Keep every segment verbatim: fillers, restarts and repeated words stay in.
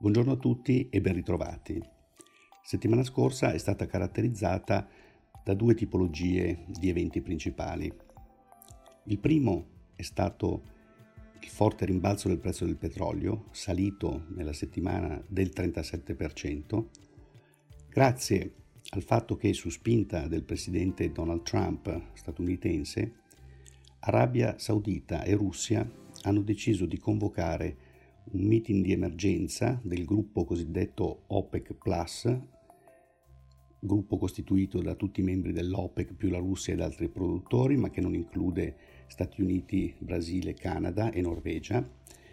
Buongiorno a tutti e ben ritrovati. Settimana scorsa è stata caratterizzata da due tipologie di eventi principali. Il primo è stato il forte rimbalzo del prezzo del petrolio, salito nella settimana del trentasette per cento, grazie al fatto che, su spinta del presidente Donald Trump statunitense, Arabia Saudita e Russia hanno deciso di convocare un meeting di emergenza del gruppo cosiddetto OPEC Plus, gruppo costituito da tutti i membri dell'OPEC più la Russia ed altri produttori, ma che non include Stati Uniti, Brasile, Canada e Norvegia,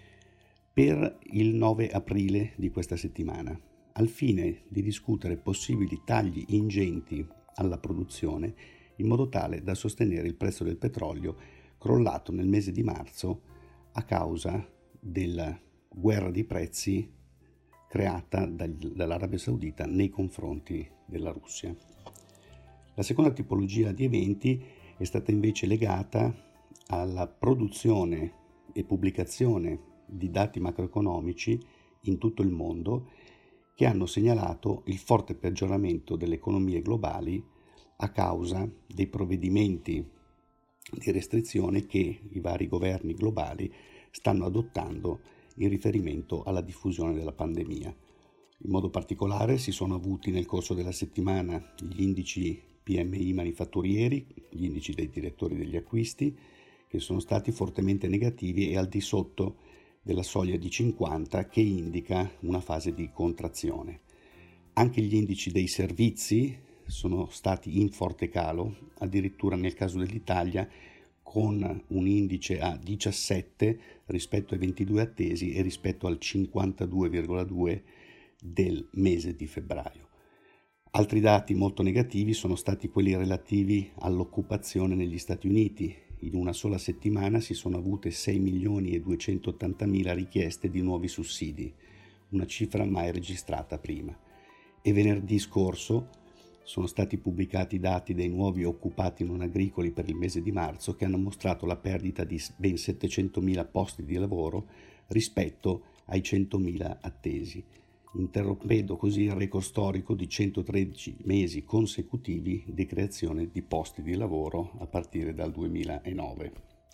per il nove aprile di questa settimana, al fine di discutere possibili tagli ingenti alla produzione in modo tale da sostenere il prezzo del petrolio crollato nel mese di marzo a causa della guerra di prezzi creata dall'Arabia Saudita nei confronti della Russia. La seconda tipologia di eventi è stata invece legata alla produzione e pubblicazione di dati macroeconomici in tutto il mondo che hanno segnalato il forte peggioramento delle economie globali a causa dei provvedimenti di restrizione che i vari governi globali stanno adottando in riferimento alla diffusione della pandemia. In modo particolare si sono avuti nel corso della settimana gli indici P M I manifatturieri, gli indici dei direttori degli acquisti, che sono stati fortemente negativi e al di sotto della soglia di cinquanta, che indica una fase di contrazione. Anche gli indici dei servizi sono stati in forte calo, addirittura nel caso dell'Italia con un indice a diciassette rispetto ai ventidue attesi e rispetto al cinquantadue virgola due del mese di febbraio. Altri dati molto negativi sono stati quelli relativi all'occupazione negli Stati Uniti. In una sola settimana si sono avute sei milioni e duecentottantamila richieste di nuovi sussidi, una cifra mai registrata prima. E venerdì scorso sono stati pubblicati i dati dei nuovi occupati non agricoli per il mese di marzo, che hanno mostrato la perdita di ben settecentomila posti di lavoro rispetto ai centomila attesi, interrompendo così il record storico di centotredici mesi consecutivi di creazione di posti di lavoro a partire dal duemilanove.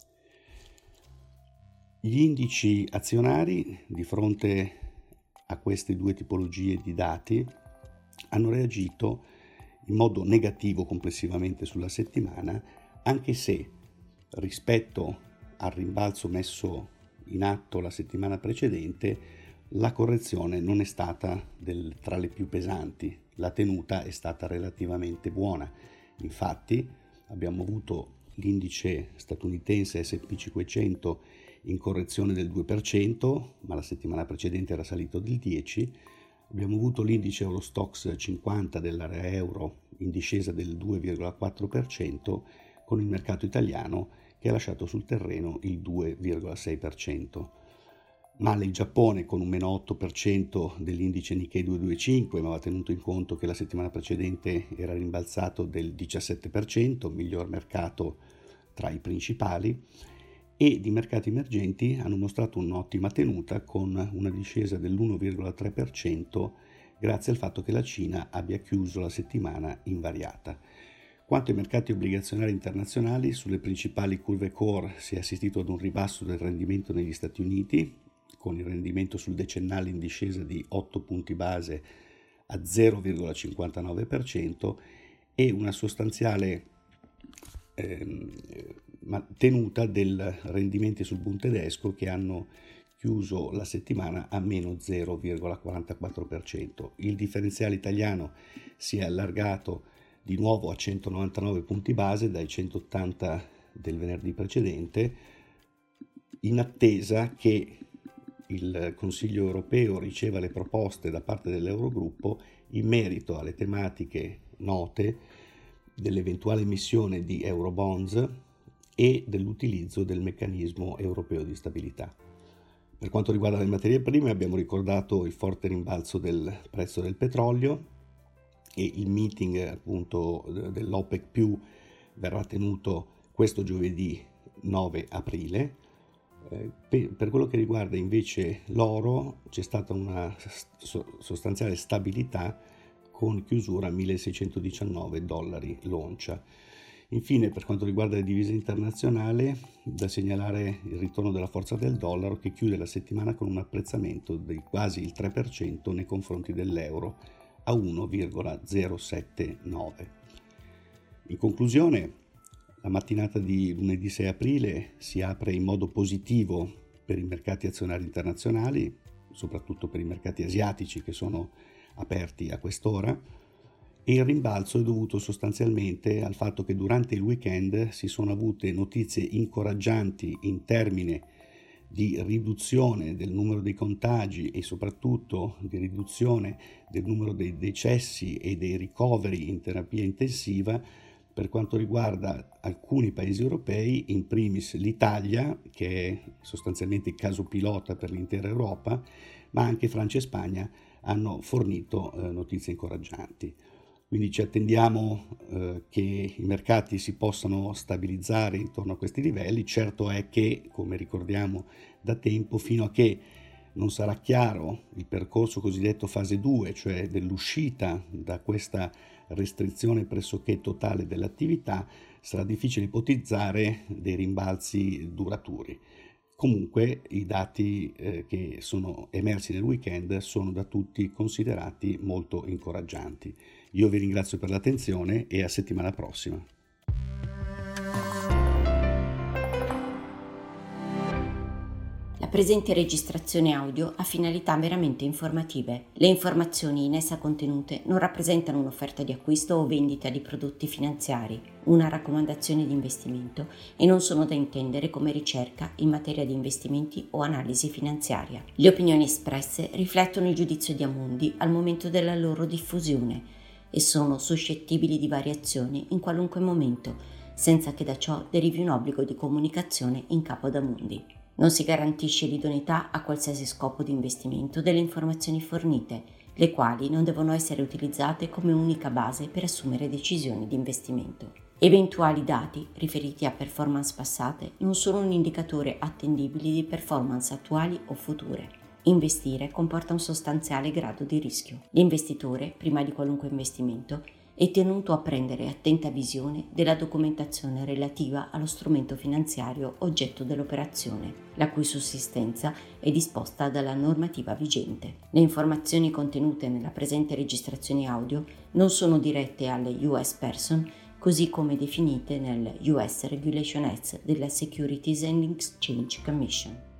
Gli indici azionari, di fronte a queste due tipologie di dati, hanno reagito in modo negativo complessivamente sulla settimana, anche se rispetto al rimbalzo messo in atto la settimana precedente la correzione non è stata del, tra le più pesanti. La tenuta è stata relativamente buona. Infatti abbiamo avuto l'indice statunitense S and P cinquecento in correzione del due per cento, ma la settimana precedente era salito del dieci per cento. Abbiamo avuto l'indice Eurostoxx cinquanta dell'area euro in discesa del due virgola quattro per cento, con il mercato italiano che ha lasciato sul terreno il due virgola sei per cento. Male il Giappone con un meno otto per cento dell'indice Nikkei duecentoventicinque, ma va tenuto in conto che la settimana precedente era rimbalzato del diciassette per cento, miglior mercato tra i principali. E di mercati emergenti hanno mostrato un'ottima tenuta con una discesa dell'uno virgola tre per cento grazie al fatto che la Cina abbia chiuso la settimana invariata. Quanto ai mercati obbligazionari internazionali, sulle principali curve core si è assistito ad un ribasso del rendimento negli Stati Uniti, con il rendimento sul decennale in discesa di otto punti base a zero virgola cinquantanove per cento e una sostanziale eh, tenuta del rendimenti sul Bund tedesco, che hanno chiuso la settimana a meno zero virgola quarantaquattro per cento. Il differenziale italiano si è allargato di nuovo a centonovantanove punti base dai centottanta del venerdì precedente, in attesa che il Consiglio europeo riceva le proposte da parte dell'Eurogruppo in merito alle tematiche note dell'eventuale emissione di Eurobonds e dell'utilizzo del meccanismo europeo di stabilità. Per quanto riguarda le materie prime, abbiamo ricordato il forte rimbalzo del prezzo del petrolio e il meeting appunto dell'OPEC più verrà tenuto questo giovedì nove aprile. Eh, per, per quello che riguarda invece l'oro c'è stata una so- sostanziale stabilità con chiusura a milleseicentodiciannove dollari l'oncia. Infine, per quanto riguarda le divise internazionali, da segnalare il ritorno della forza del dollaro che chiude la settimana con un apprezzamento di quasi il tre per cento nei confronti dell'euro a uno virgola zero sette nove. In conclusione, la mattinata di lunedì sei aprile si apre in modo positivo per i mercati azionari internazionali, soprattutto per i mercati asiatici che sono aperti a quest'ora, e il rimbalzo è dovuto sostanzialmente al fatto che durante il weekend si sono avute notizie incoraggianti in termini di riduzione del numero dei contagi e soprattutto di riduzione del numero dei decessi e dei ricoveri in terapia intensiva per quanto riguarda alcuni paesi europei, in primis l'Italia, che è sostanzialmente il caso pilota per l'intera Europa, ma anche Francia e Spagna hanno fornito eh, notizie incoraggianti. Quindi ci attendiamo eh, che i mercati si possano stabilizzare intorno a questi livelli. Certo è che, come ricordiamo da tempo, fino a che non sarà chiaro il percorso cosiddetto fase due, cioè dell'uscita da questa restrizione pressoché totale dell'attività, sarà difficile ipotizzare dei rimbalzi duraturi. Comunque i dati eh, che sono emersi nel weekend sono da tutti considerati molto incoraggianti. Io vi ringrazio per l'attenzione e a settimana prossima. La presente registrazione audio ha finalità meramente informative. Le informazioni in essa contenute non rappresentano un'offerta di acquisto o vendita di prodotti finanziari, una raccomandazione di investimento e non sono da intendere come ricerca in materia di investimenti o analisi finanziaria. Le opinioni espresse riflettono il giudizio di Amundi al momento della loro diffusione e sono suscettibili di variazioni in qualunque momento, senza che da ciò derivi un obbligo di comunicazione in capo ad Amundi. Non si garantisce l'idoneità a qualsiasi scopo di investimento delle informazioni fornite, le quali non devono essere utilizzate come unica base per assumere decisioni di investimento. Eventuali dati riferiti a performance passate non sono un indicatore attendibile di performance attuali o future. Investire comporta un sostanziale grado di rischio. L'investitore, prima di qualunque investimento, è tenuto a prendere attenta visione della documentazione relativa allo strumento finanziario oggetto dell'operazione, la cui sussistenza è disposta dalla normativa vigente. Le informazioni contenute nella presente registrazione audio non sono dirette alle U S Person, così come definite nel U S Regulation Act della Securities and Exchange Commission.